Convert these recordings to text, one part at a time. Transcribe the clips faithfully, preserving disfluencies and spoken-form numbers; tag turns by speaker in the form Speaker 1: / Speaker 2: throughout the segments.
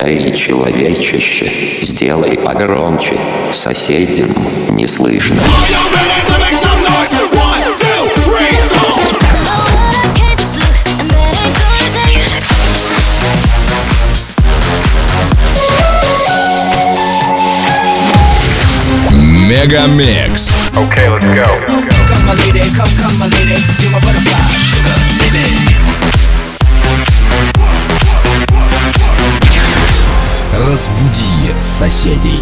Speaker 1: Эй, человечище, сделай погромче, соседям не слышно.
Speaker 2: Мегамикс.
Speaker 3: Okay, let's go.
Speaker 4: Come my lady, come, come my lady, you're my butterfly, sugar, baby.
Speaker 2: Разбуди соседей.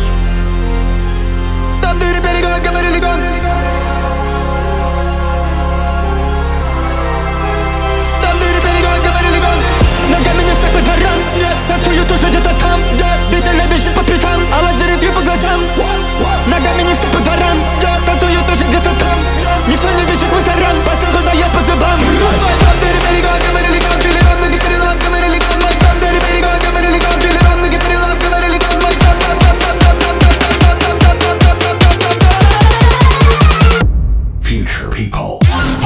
Speaker 5: Ногами не в топ по дворам, танцую тоже где-то там. Никто не бежит мусорам, поскольку дает по зубам. Там дыри берега, говорили кон, пили ром, ноги перелом, говорили кон. Мой там дыри берега, говорили кон, пили ром, ноги перелом, говорили кон. Мой там там там там там там там там там там там там там там там.
Speaker 2: Future people.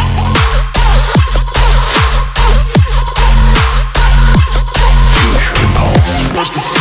Speaker 2: Future people.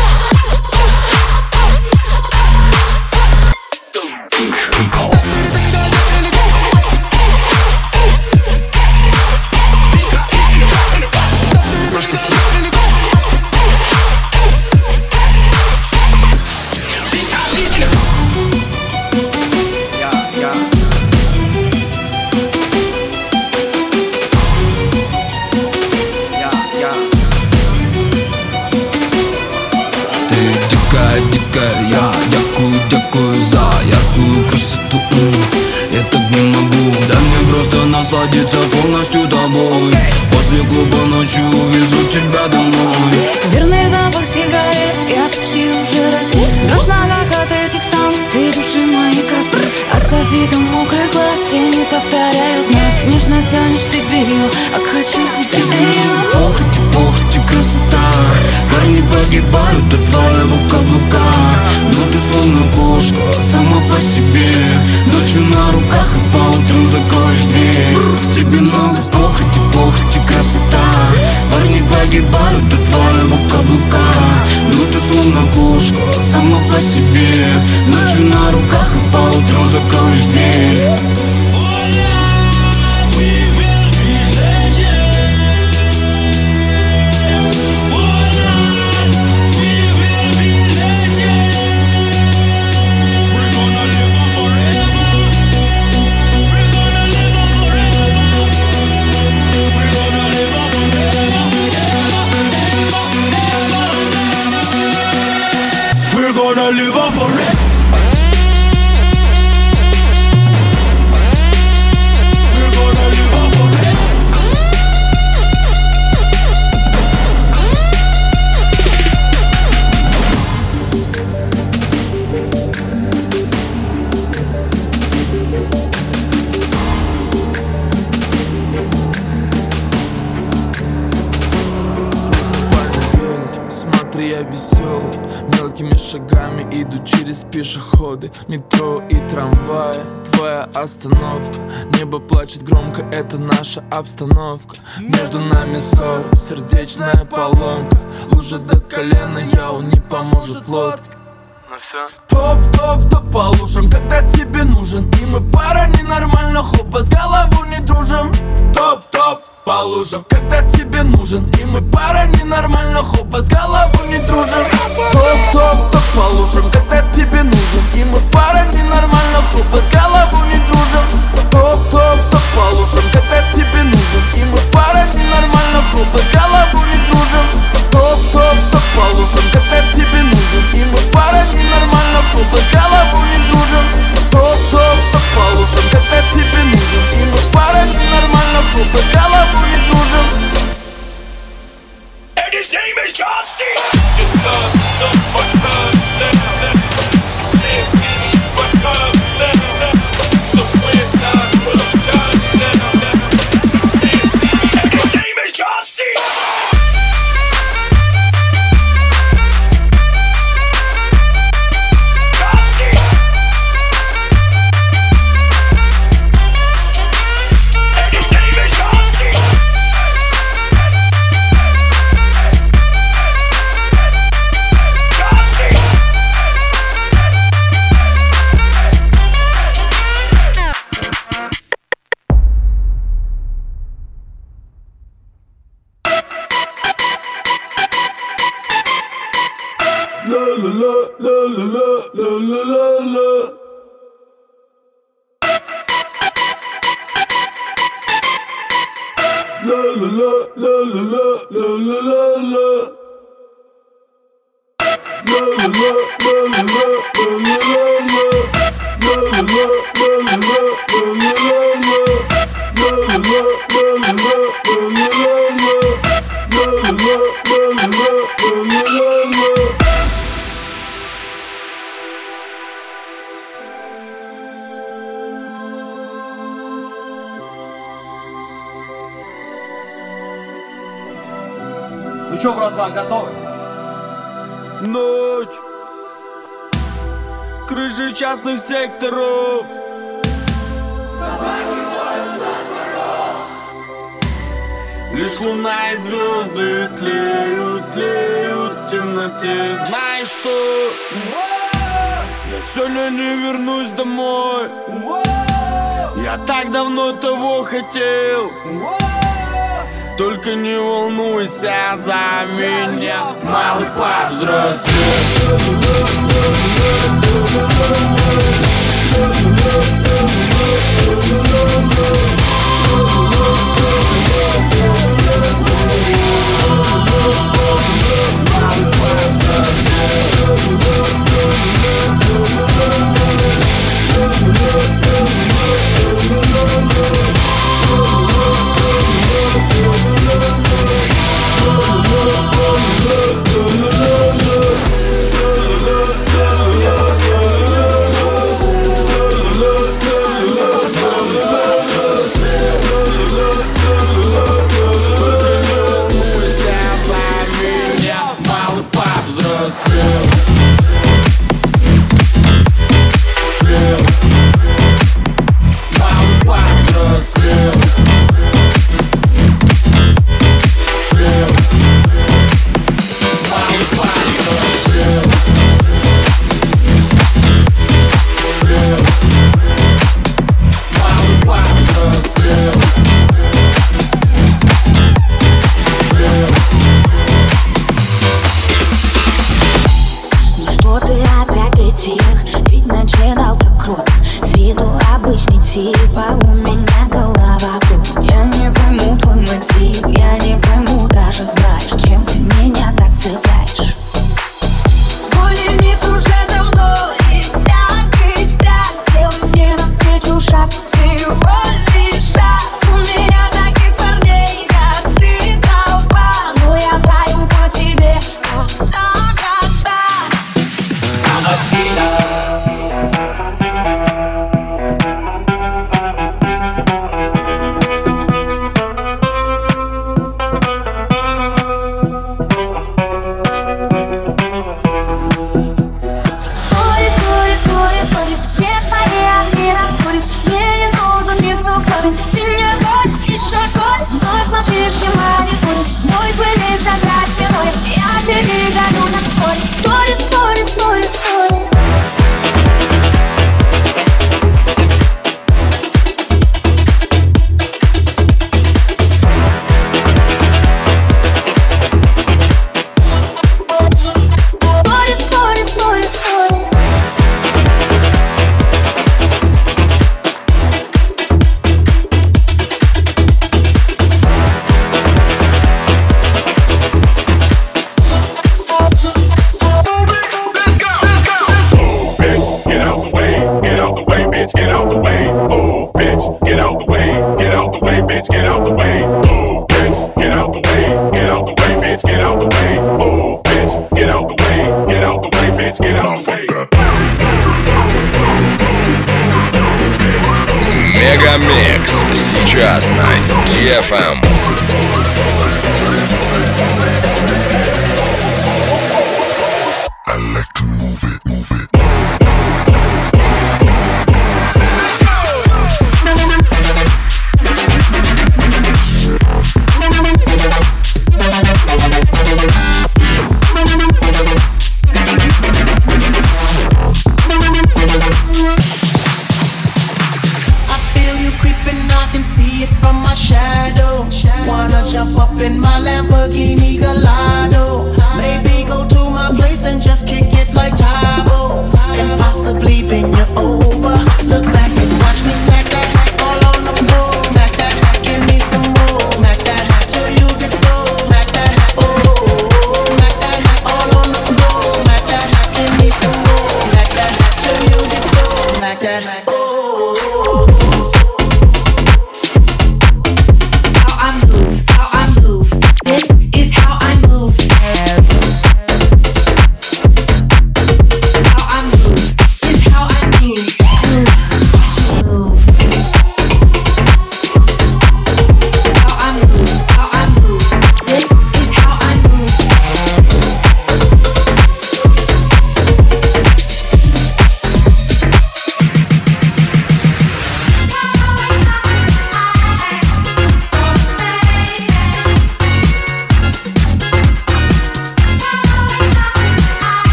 Speaker 6: Я дякую, дякую за яркую красоту. Я так не могу, дай мне просто насладиться полностью тобой. После клуба ночью увезу тебя домой.
Speaker 7: Верный запах сигарет, я почти уже раздет. Дрожь в ногах от этих танцев, ты души мои касаются. От софита мокрый глаз, тени повторяют нас. Нежно тянешь ты белье, а хочу цветы.
Speaker 6: Похоти, похоти, красота. Парни погибают от твоего каблука. Но ты словно кошка, сама по себе. Ночью на руках и по утру закроешь дверь. В тебе много похоти, похоти, красота. Парни погибают от твоего каблука. Но ты словно кошка, сама по себе. Ночью на руках и по утру закроешь дверь.
Speaker 4: Gonna live on forever. We're gonna live on forever.
Speaker 8: Смотри, я веселый. Мелкими шагами иду через пешеходы, метро и трамваи. Твоя остановка, небо плачет громко, это наша обстановка. Между нами ссоры, сердечная поломка. Лужа до колена, яу, не поможет лодка. Ну все. Топ, топ, топ по лужам, когда тебе нужен. И мы пара ненормально, хопа, с голову не дружим. Топ, топ по лужам, когда тебе нужен. И мы пара ненормально, хопа, с голову не дружим. Топ, топ, топ по лужам, когда тебе нужен. И мы пара ненормально, хопа, с голову не дружим. Топ, топ, топ по лужам, когда тебе нужен. И мы пара ненормально, хопа, с голову не дружим. Топ, топ, топ по лужам, когда тебе нужен. И мы пара ненормально, хопа, с голову не дружим. Топ, топ, топ по лужам, когда тебе нужен. И мы пара ненормально, хопа, с голову не дружим.
Speaker 4: And his name is John C.
Speaker 3: Ну чё, братва, готовы?
Speaker 8: Ночь, крыши частных секторов, лишь луна и звезды тлеют, тлеют в темноте. Знаешь что? Я сегодня не вернусь домой. Я так давно того хотел. Только не волнуйся за меня, малый повзрослел.
Speaker 2: Мегамикс сейчас на ди эф эм.
Speaker 6: Jump up in my lap.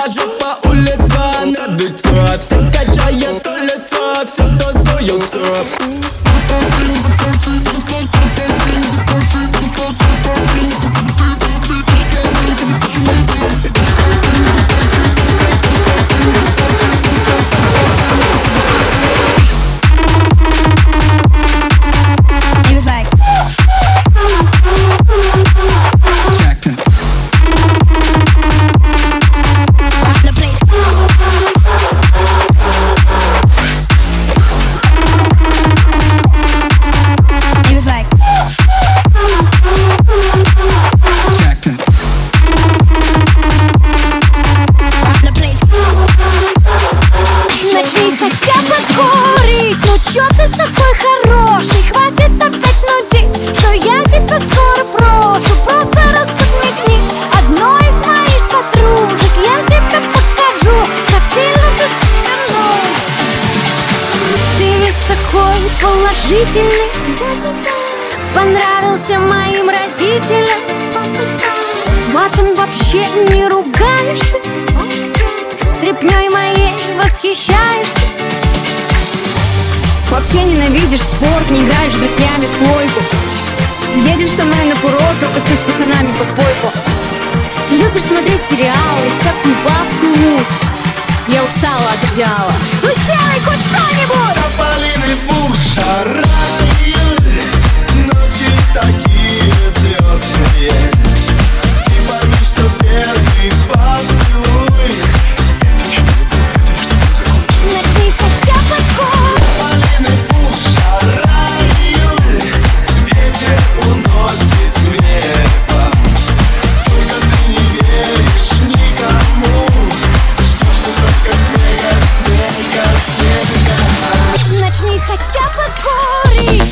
Speaker 5: хожу по улицам, радуется, все качает улица, все тусуются.
Speaker 7: Положительный, понравился моим родителям. Матом вообще не ругаешься, стряпнёй моей восхищаешься. Вообще ненавидишь спорт, не играешь с друзьями в плойку. Едешь со мной на курорт, пропустишь с пацанами подпойку. Любишь смотреть сериалы и всякую бабскую муть. Я устала от идеала. Ну сделай хоть что-нибудь!
Speaker 9: Тополиный пух шарает, ночи такие звездные. И пойми, что первый поцелуй
Speaker 7: начни хотя бы год.
Speaker 9: Тополиный пух шарает, ветер уносит в небо. Только ты не веришь никому.
Speaker 7: Начни хотя бы курить.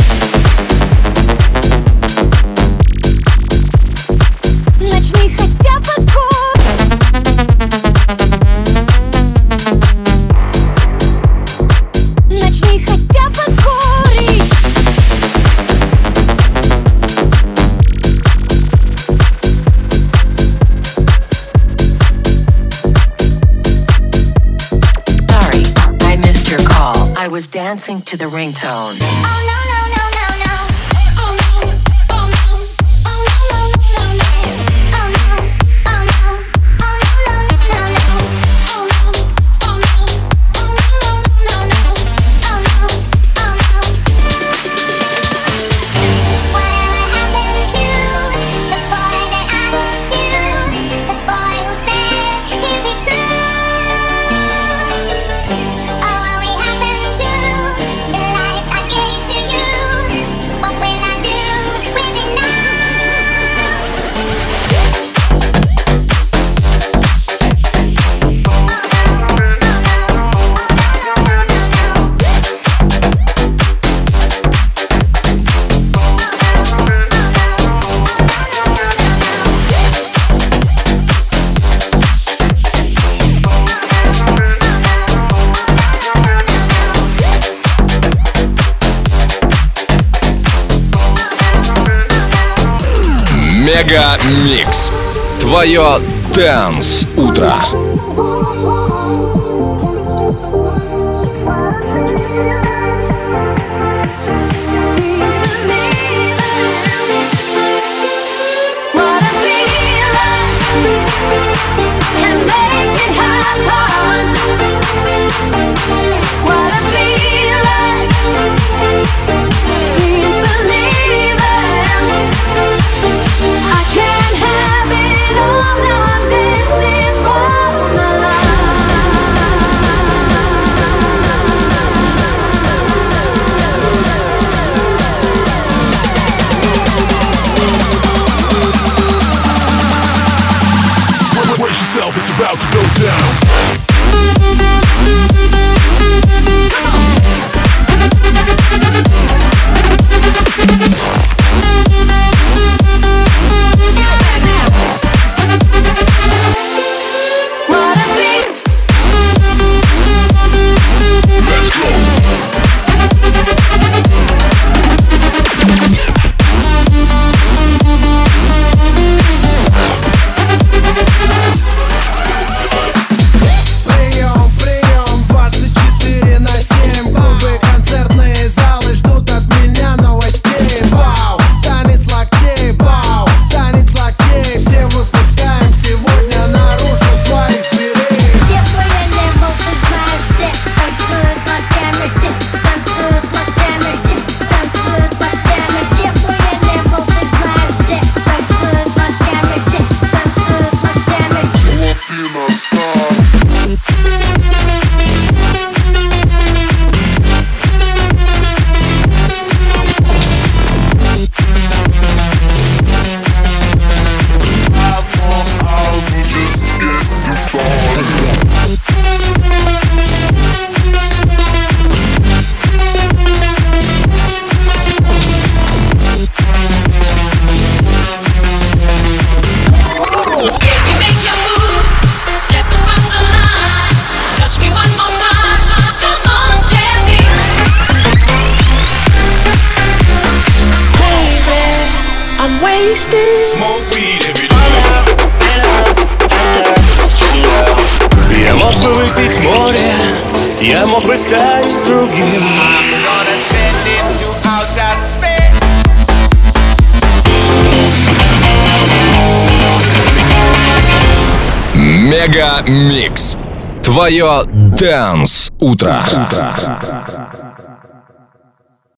Speaker 7: Начни хотя бы курить. Начни хотя бы курить.
Speaker 10: I was dancing to the ringtone.
Speaker 7: Oh no no no no no. Oh no. Oh no. Oh no no no no no. Oh no. Oh no. Oh no no no no. Oh no. Oh no. Oh no no no no. Oh no. Oh no. Whatever happened to the boy that I once knew? The boy who said he'd be true.
Speaker 2: Мега Микс. Твое Dance утро. It's about to go down.
Speaker 9: Smoke weed every day. Я мог бы выпить море, я мог бы стать другим. I'm gonna send it to outer space.
Speaker 2: Мега Микс. Твое Dance утро.